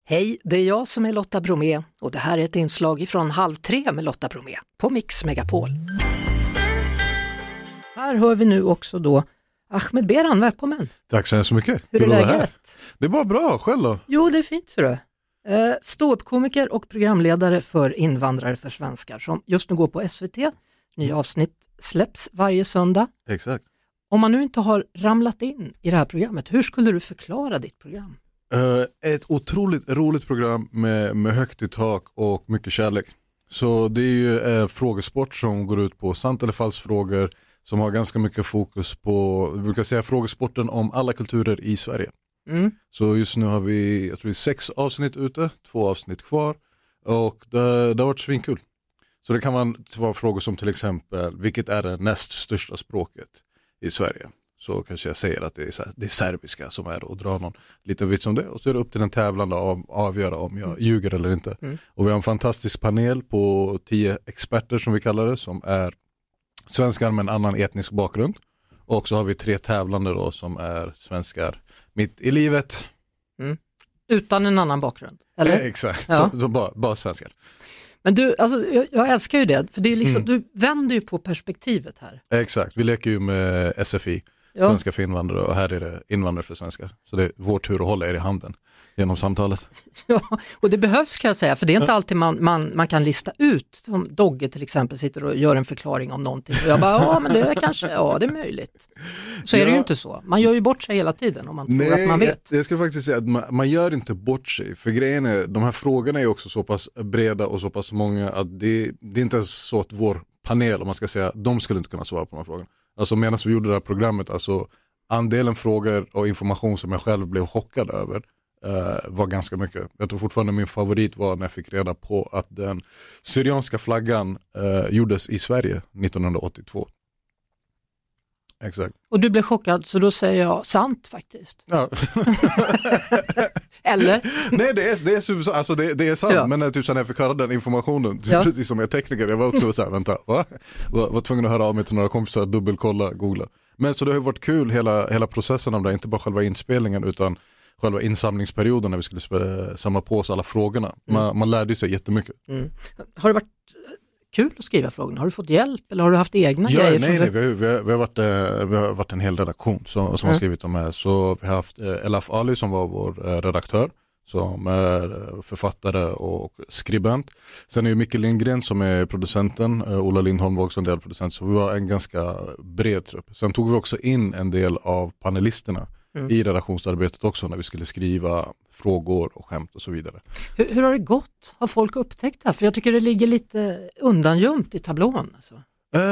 Hej, det är jag som är Lotta Bromé och det här är ett inslag från 2:30 med Lotta Bromé på Mix Megapol. Här hör vi nu också då Ahmed Beran, välkommen. Tack så mycket. Hur är läget? Det är bara bra, själv då? Jo, det är fint så du. Ståuppkomiker och programledare för Invandrare för svenskar som just nu går på SVT. Nya avsnitt släpps varje söndag. Exakt. Om man nu inte har ramlat in i det här programmet, hur skulle du förklara ditt program? Ett otroligt roligt program med högt i tak och mycket kärlek. Så det är ju frågesport som går ut på sant eller falskt frågor som har ganska mycket fokus på, vi brukar säga frågesporten om alla kulturer i Sverige. Mm. Så just nu har vi, jag tror 6 avsnitt ute, 2 avsnitt kvar och det har varit svinkul. Så det kan vara frågor som till exempel, vilket är det näst största språket i Sverige? Så kanske jag säger att det är serbiska som är och drar någon liten vits om det. Och så är det upp till den tävlande att avgöra om jag ljuger eller inte. Mm. Och vi har en fantastisk panel på 10 experter som vi kallar det, som är svenskar med en annan etnisk bakgrund. Och så har vi 3 tävlande då som är svenskar mitt i livet. Mm. Utan en annan bakgrund, eller? Exakt, ja. Så bara svenskar. Men du, alltså, jag älskar ju det, för det är liksom, du vänder ju på perspektivet här. Exakt, vi leker ju med SFI, svenska för invandrare, och här är det invandrare för svenskar. Så det är vår tur att hålla er i handen genom samtalet. Ja, och det behövs kan jag säga, för det är inte alltid man kan lista ut, som Dogge till exempel sitter och gör en förklaring om någonting. Och jag bara, men det är kanske, det är möjligt. Så är det ju inte så. Man gör ju bort sig hela tiden om man tror att man vet. Jag skulle faktiskt säga att man gör inte bort sig. För grejen är, de här frågorna är också så pass breda och så pass många att det är inte ens så att vår panel, om man ska säga, de skulle inte kunna svara på de här frågorna. Alltså medan vi gjorde det här programmet, alltså andelen frågor och information som jag själv blev chockad över var ganska mycket. Jag tror fortfarande min favorit var när jag fick reda på att den syrianska flaggan gjordes i Sverige 1982. Exakt. Och du blev chockad, så då säger jag sant faktiskt. Ja. Eller? Nej, det är sant, ja. Men typ så när jag fick höra den informationen, precis som jag tekniker, jag var också så här, vänta, var tvungen att höra av mig till några kompisar, dubbelkolla, googla. Men så det har ju varit kul hela processen av det, inte bara själva inspelningen utan själva insamlingsperioden när vi skulle samla på oss alla frågorna. Man lärde sig jättemycket. Mm. Har det varit kul att skriva frågorna? Har du fått hjälp eller har du haft egna grejer? Nej, vi har varit en hel redaktion som har skrivit de här. Så vi har haft Elaf Ali som var vår redaktör, som är författare och skribent. Sen är ju Micke Lindgren som är producenten, Ola Lindholm var också en del producent, så vi var en ganska bred trupp. Sen tog vi också in en del av panelisterna i redaktionsarbetet också när vi skulle skriva frågor och skämt och så vidare. Hur har det gått? Har folk upptäckt det här? För jag tycker det ligger lite undangömt i tablån. Alltså.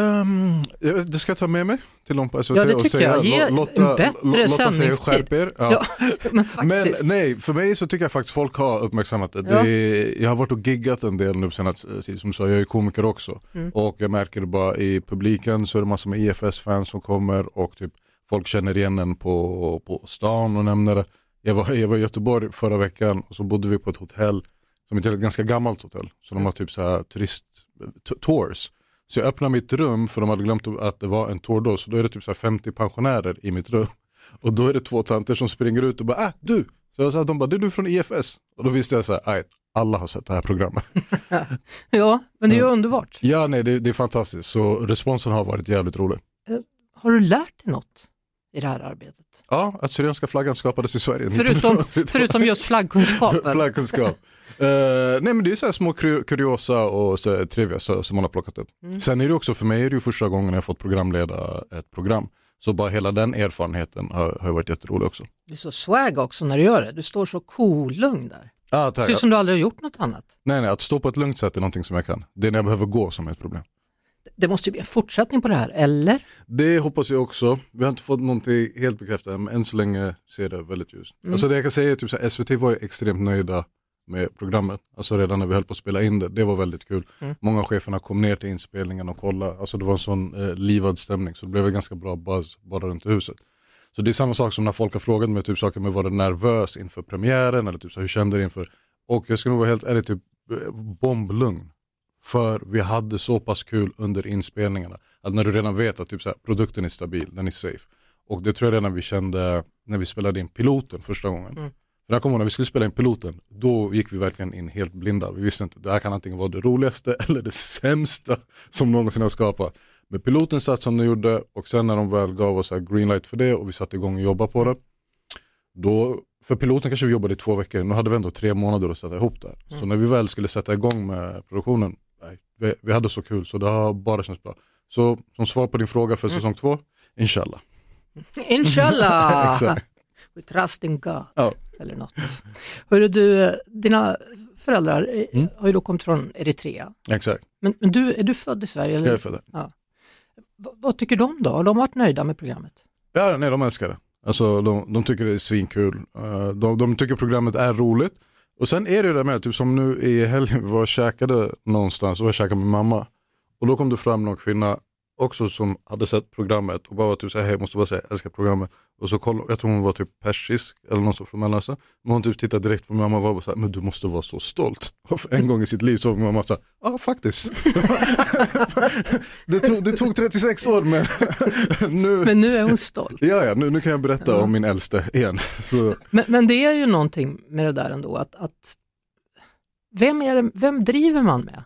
Det ska jag ta med mig till dem på SVT det tycker säga, jag. Ge Lotta, en bättre sändningstid. Ja. Men faktiskt. Men nej, för mig så tycker jag faktiskt folk har uppmärksammat det. Jag har varit och giggat en del nu senast, som sa, jag är komiker också. Och jag märker det bara i publiken så är det massor med IFS-fans som kommer och typ folk känner igen en på stan och nämner det. Jag var i Göteborg förra veckan och så bodde vi på ett hotell som är ett ganska gammalt hotell. Så de har typ så här tours. Så jag öppnar mitt rum för de hade glömt att det var en tour då. Så då är det typ så här 50 pensionärer i mitt rum. Och då är det 2 tanter som springer ut och bara, du! Så jag sa att de bara, det är du från IFS. Och då visste jag så här, alla har sett det här programmet. Ja, men det är ju underbart. Ja, nej, det är fantastiskt. Så responsen har varit jävligt rolig. Har du lärt dig något i det här arbetet? Ja, att syrianska flaggan skapades i Sverige. Förutom just flaggkunskapen. Flaggkunskap. Nej, men det är så här små kuriosa och så trivia som man har plockat upp. Sen är det också, för mig är det ju första gången jag fått programleda ett program. Så bara hela den erfarenheten har varit jätterolig också. Du är så swag också när du gör det. Du står så lugn där. Ah, tack. Det ser som du aldrig har gjort något annat. Nej, att stå på ett lugnt sätt är någonting som jag kan. Det är när jag behöver gå som är ett problem. Det måste ju bli en fortsättning på det här, eller? Det hoppas jag också. Vi har inte fått någonting helt bekräftat, men än så länge ser det väldigt ljust. Alltså det jag kan säga är typ så här, SVT var ju extremt nöjda med programmet. Alltså redan när vi höll på att spela in det var väldigt kul. Många av cheferna kom ner till inspelningen och kollade. Alltså det var en sån livad stämning, så det blev en ganska bra buzz bara runt huset. Så det är samma sak som när folk har frågat mig typ saker med, var du nervös inför premiären eller typ så, hur kände du inför? Och jag ska nog vara helt ärlig, typ bomblugn. För vi hade så pass kul under inspelningarna. Att när du redan vet att typ så här, produkten är stabil, den är safe. Och det tror jag redan vi kände när vi spelade in piloten första gången. För när när vi skulle spela in piloten, då gick vi verkligen in helt blinda. Vi visste inte, det här kan antingen vara det roligaste eller det sämsta som någonsin har skapat. Men piloten satt som den gjorde, och sen när de väl gav oss green light för det och vi satte igång och jobbade på det. Då, för piloten kanske vi jobbade i 2 veckor, nu hade vi ändå 3 månader att sätta ihop där. Så när vi väl skulle sätta igång med produktionen, vi hade så kul, så det har bara känts bra. Så som svar på din fråga för säsong 2, inshallah. Inshallah! Exakt. We trust in God. Ja. Eller något. Hörru du, dina föräldrar har ju då kommit från Eritrea. Exakt. Men är du född i Sverige? Eller? Jag är född. Ja. Vad tycker de då? Har de varit nöjda med programmet? Ja, nej, de älskar det. Alltså de tycker det är svinkul. De tycker programmet är roligt. Och sen är det där med, typ som nu i helgen, vi var och käkade någonstans och jag käkade med mamma. Och då kom det fram någon kvinna också som hade sett programmet och bara var typ såhär, hej, jag måste bara säga, jag älskar programmet. Och så kollade, jag tror hon var typ persisk eller någon som från Mellanöstern. Men hon typ tittade direkt på mamma och var bara såhär, men du måste vara så stolt. Och för en gång i sitt liv så var mamma såhär, ja faktiskt. det tog 36 år men nu är hon stolt. Ja, nu kan jag berätta om min äldste igen. Så. Men det är ju någonting med det där ändå, att vem driver man med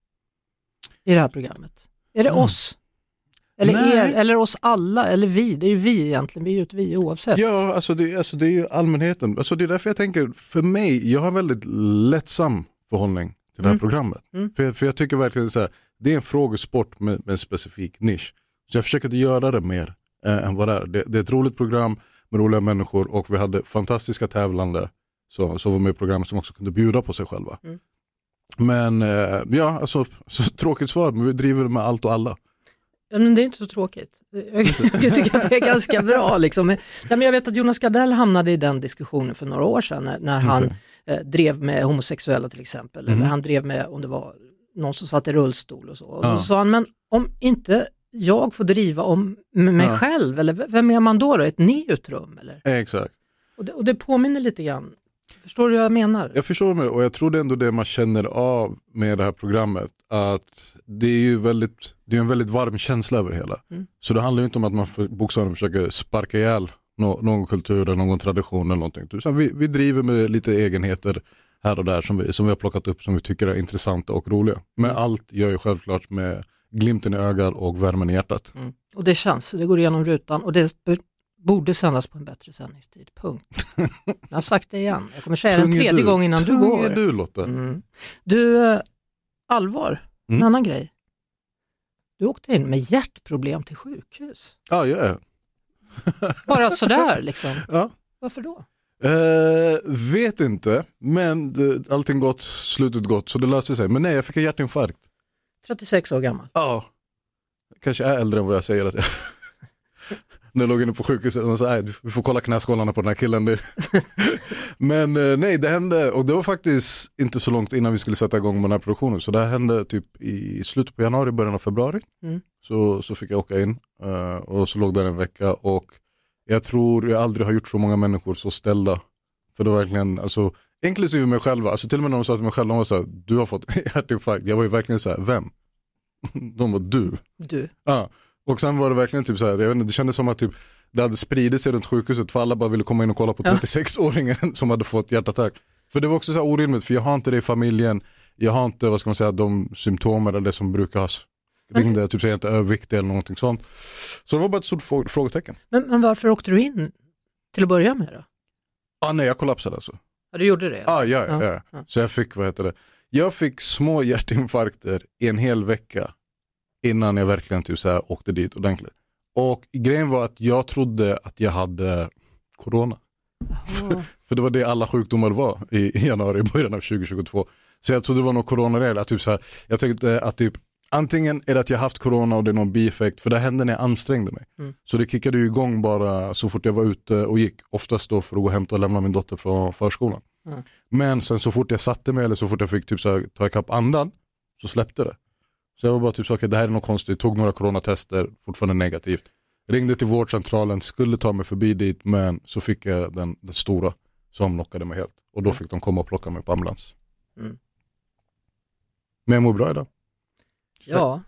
i det här programmet? Är det oss? Eller er, eller oss alla, eller vi. Det är ju vi egentligen, vi är ju ett vi oavsett. Ja, alltså det är ju allmänheten. Alltså det är därför jag tänker, för mig, jag har en väldigt lättsam förhållning till det här programmet. För jag tycker verkligen så här, det är en frågesport med en specifik nisch. Så jag försöker inte göra det mer än vad det är. Det är ett roligt program med roliga människor och vi hade fantastiska tävlande som var med i programmet som också kunde bjuda på sig själva. Men ja, alltså så tråkigt svar, men vi driver det med allt och alla. Ja, men det är inte så tråkigt. Jag tycker att det är ganska bra. Liksom. Men jag vet att Jonas Gardell hamnade i den diskussionen för några år sedan när han drev med homosexuella till exempel. Eller han drev med, om det var någon som satt i rullstol och så. Och så sa han, men om inte jag får driva om mig själv, eller vem är man då? Ett neutrum? Eller? Exakt. Och det påminner lite grann. Förstår du vad jag menar? Jag förstår mig, och jag tror det är ändå det man känner av med det här programmet, att det är ju en väldigt varm känsla över hela. Så det handlar ju inte om att man bokstavligen försöker sparka ihjäl någon kultur eller någon tradition eller någonting. Så vi driver med lite egenheter här och där som vi har plockat upp som vi tycker är intressanta och roliga. Men allt gör ju självklart med glimten i ögat och värmen i hjärtat. Och det känns, det går igenom rutan och det borde sändas på en bättre sändningstid. Punkt. Jag har sagt det igen. Jag kommer säga det en tredje gång innan du går. Tung är du, Lotta. Du, allvar. En annan grej. Du åkte in med hjärtproblem till sjukhus. Ja, jag är. Bara sådär liksom. Ja. Varför då? Vet inte. Men allting gott, slutet gott. Så det löste sig. Men nej, jag fick en hjärtinfarkt. 36 år gammal. Ja. Kanske är äldre än vad jag säger att jag när jag låg inne på sjukhuset och sa, vi får kolla knäskålarna på den här killen. Men nej, det hände, och det var faktiskt inte så långt innan vi skulle sätta igång med den här produktionen. Så det här hände typ i slutet på januari, början av februari. Så fick jag åka in och så låg där en vecka, och jag tror jag aldrig har gjort så många människor så ställda. För det var verkligen, alltså, inklusive mig själva, alltså till och med när de sa till mig själva, de var så här, du har fått hjärtinfarkt. Jag var ju verkligen så här, vem? De var du. Ja. Och sen var det verkligen typ så här, jag vet inte, det kändes som att typ det hade spridit sig runt sjukhuset för alla bara ville komma in och kolla på 36-åringen som hade fått hjärtattack. För det var också så här orimligt, för jag har inte det i familjen. Jag har inte, vad ska man säga, de symptomer eller det som brukar ha ringde, typ så jag är inte överviktig eller någonting sånt. Så det var bara ett stort frågetecken. Men varför åkte du in till att börja med då? Nej, jag kollapsade alltså. Ja, du gjorde det? Ja. Så jag fick, jag fick små hjärtinfarkter i en hel vecka innan jag verkligen typ så här åkte dit ordentligt. Och grejen var att jag trodde att jag hade corona. För det var det alla sjukdomar var i januari, början av 2022. Så jag trodde det var någon corona typ så här. Jag tänkte att typ antingen är det att jag haft corona och det är någon bieffekt, för det hände när jag ansträngde mig. Så det kickade ju igång bara så fort jag var ute och gick, oftast då för att gå och hämta och lämna min dotter från förskolan. Men sen så fort jag satte mig eller så fort jag fick typ så här, ta ikapp andan, så släppte det. Så jag var bara typ så, okej, det här är något konstigt. Tog några coronatester, fortfarande negativt. Ringde till vårdcentralen, skulle ta mig förbi dit, men så fick jag den stora som knockade mig helt. Och då fick de komma och plocka mig på ambulans. Men jag mår bra idag. Ja.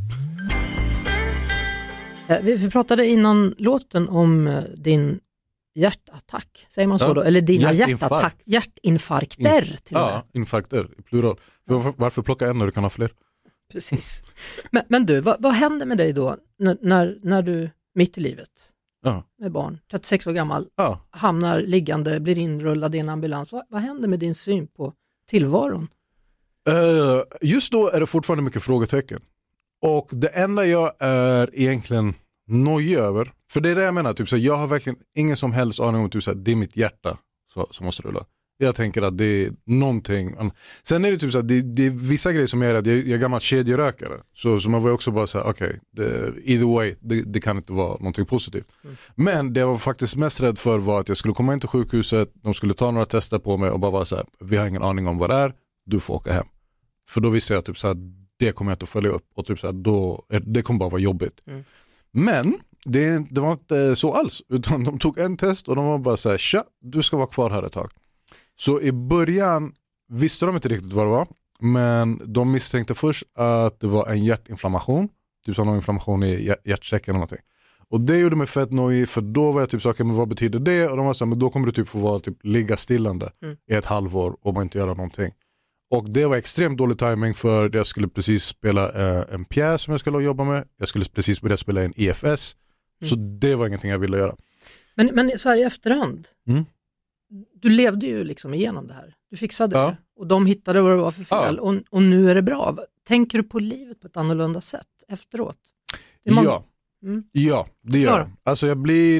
Vi pratade innan låten om din hjärtattack, säger man så då? Eller dina hjärtinfarkter till och med. Ja, infarkter i plural. Varför plocka en när du kan ha fler? Precis. Men du, vad händer med dig då när du mitt i livet med barn, 36 år gammal, hamnar liggande, blir inrullad i en ambulans? Vad händer med din syn på tillvaron? Just då är det fortfarande mycket frågetecken. Och det enda jag är egentligen nöjd över, för det är det jag menar, typ, så jag har verkligen ingen som helst aning om typ, så det är mitt hjärta som måste rulla. Jag tänker att det är någonting. Sen är det typ så att det är vissa grejer som jag är gammal kedjerökare. Så man var också bara så här, okej, either way, det kan inte vara någonting positivt. Men det jag var faktiskt mest rädd för var att jag skulle komma in till sjukhuset, de skulle ta några tester på mig och bara vara så här, vi har ingen aning om vad det är, du får åka hem. För då visste jag typ så här, det kommer jag inte att följa upp och typ så här, det kommer bara vara jobbigt. Men det var inte så alls, utan de tog en test och de var bara så här, tja, du ska vara kvar här ett tag. Så i början visste de inte riktigt vad det var, men de misstänkte först att det var en hjärtinflammation, typ som någon inflammation i hjärtsäcken eller någonting. Och det gjorde mig fett nöjd, för då var jag typ så här, men vad betyder det? Och de var så här, men då kommer du typ få vara typ ligga stillande i ett halvår och man inte göra någonting. Och det var extremt dålig timing, för jag skulle precis spela en pjäs som jag skulle jobba med. Jag skulle precis börja spela en EFS. Så det var ingenting jag ville göra. Men så här i efterhand, du levde ju liksom igenom det här. Du fixade det. Och de hittade vad det var för fel. Och nu är det bra. Tänker du på livet på ett annorlunda sätt efteråt? Ja, det gör jag. Alltså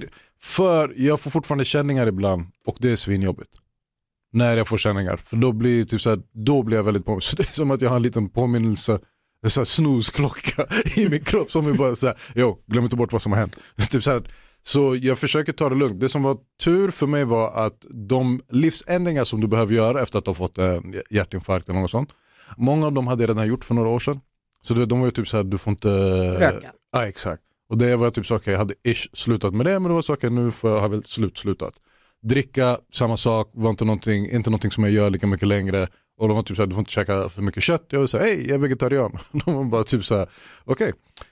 jag får fortfarande känningar ibland. Och det är svinjobbigt. När jag får känningar. För då blir typ så här, då blir jag väldigt påminnelse. Så det är som att jag har en liten påminnelse, en sån här snusklocka i min kropp som är bara så här, glöm inte bort vad som har hänt. Typ så här. Så jag försöker ta det lugnt. Det som var tur för mig var att de livsändringar som du behöver göra efter att du har fått en hjärtinfarkt eller något sånt, många av dem hade jag redan gjort för några år sedan. Så de var ju typ så här, du får inte röka. Ja, exakt. Och det var typ så, okej, jag hade slutat med det, men det var så, okej, nu har jag väl slutat. Dricka, samma sak, var inte någonting som jag gör lika mycket längre. Och de var typ så här, du får inte käka för mycket kött. Jag vill säga, hej, jag är vegetarian. De var bara typ så här, okej.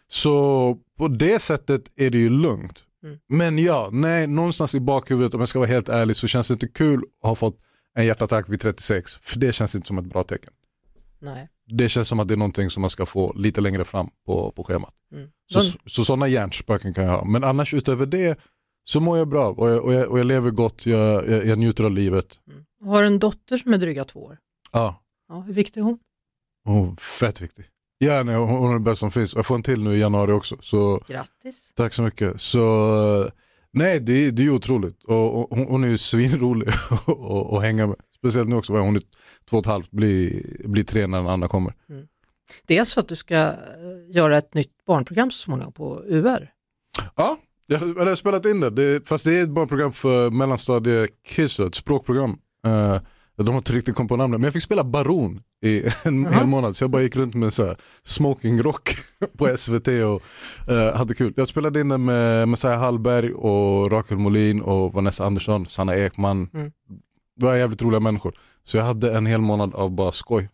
Så på det sättet är det ju lugnt. Men någonstans i bakhuvudet, om jag ska vara helt ärlig, så känns det inte kul att ha fått en hjärtattack vid 36. För det känns inte som ett bra tecken. Nej. Det känns som att det är någonting som man ska få lite längre fram på schemat. Så sådana hjärnspöken kan jag ha. Men annars utöver det så mår jag bra. Och jag lever gott, jag njuter av livet. Har en dotter som är dryga 2 år. Ja. Hur viktig är hon? Fett viktig. Ja, nej, hon är den bästa som finns. Jag får en till nu i januari också. Så, grattis. Tack så mycket. Så, nej, det är otroligt. Och hon är ju svinrolig att hänga med. Speciellt nu också. Hon är 2,5, blir 3 när den andra kommer. Det är så att du ska göra ett nytt barnprogram så småningom på UR. Ja, jag har spelat in det. Fast det är ett barnprogram för mellanstadie kids, ett språkprogram. De har inte riktigt kommit på namnet. Men jag fick spela baron i en hel månad. Så jag bara gick runt med så här smokingrock på SVT och hade kul. Jag spelade in den med Messiah Hallberg och Rakel Molin och Vanessa Andersson, Sanna Ekman. Det var jävligt roliga människor. Så jag hade en hel månad av bara skoj.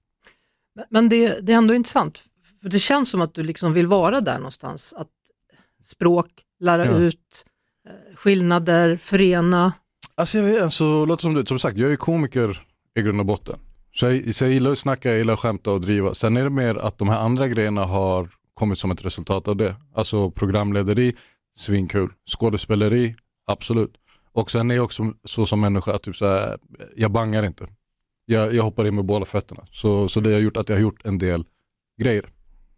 Men det är ändå intressant. För det känns som att du liksom vill vara där någonstans. Att språk, lära ut, skillnader, förena. Alltså jag vet, så låter som du. Som sagt, jag är komiker i grund och botten. Så jag gillar att snacka, jag gillar att skämta och driva. Sen är det mer att de här andra grejerna har kommit som ett resultat av det. Alltså programlederi, svinkul. Skådespeleri, absolut. Och sen är jag också så som människa att typ så här, jag bangar inte. Jag hoppar in med båda fötterna. Så det har gjort att jag har gjort en del grejer.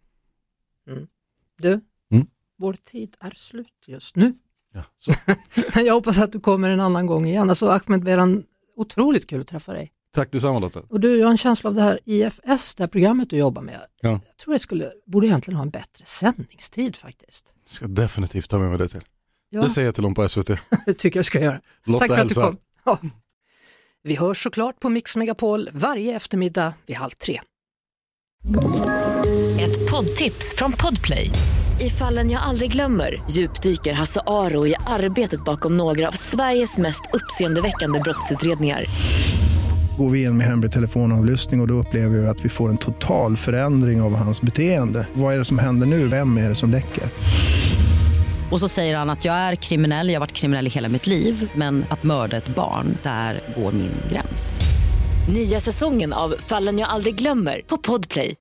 Du, vår tid är slut just nu. Ja, så. Men jag hoppas att du kommer en annan gång igen. Alltså Ahmed Beran, otroligt kul att träffa dig. Tack detsamma Lotta. Och du, jag har en känsla av det här IFS, det här programmet du jobbar med. Ja. Jag tror det borde egentligen ha en bättre sändningstid faktiskt. Jag ska definitivt ta med mig det till. Ja. Det säger jag till dem på SVT. Det tycker jag ska göra. Lotta, tack för att du kom. Ja. Vi hörs såklart på Mix Megapol varje eftermiddag vid 2:30. Ett poddtips från Podplay. I Fallen jag aldrig glömmer djupdyker Hasse Aro i arbetet bakom några av Sveriges mest uppseendeväckande brottsutredningar. Går vi in med hemlig telefonavlyssning och då upplever vi att vi får en total förändring av hans beteende. Vad är det som händer nu? Vem är det som läcker? Och så säger han att jag är kriminell, jag har varit kriminell i hela mitt liv. Men att mörda ett barn, där går min gräns. Nya säsongen av Fallen jag aldrig glömmer på Podplay.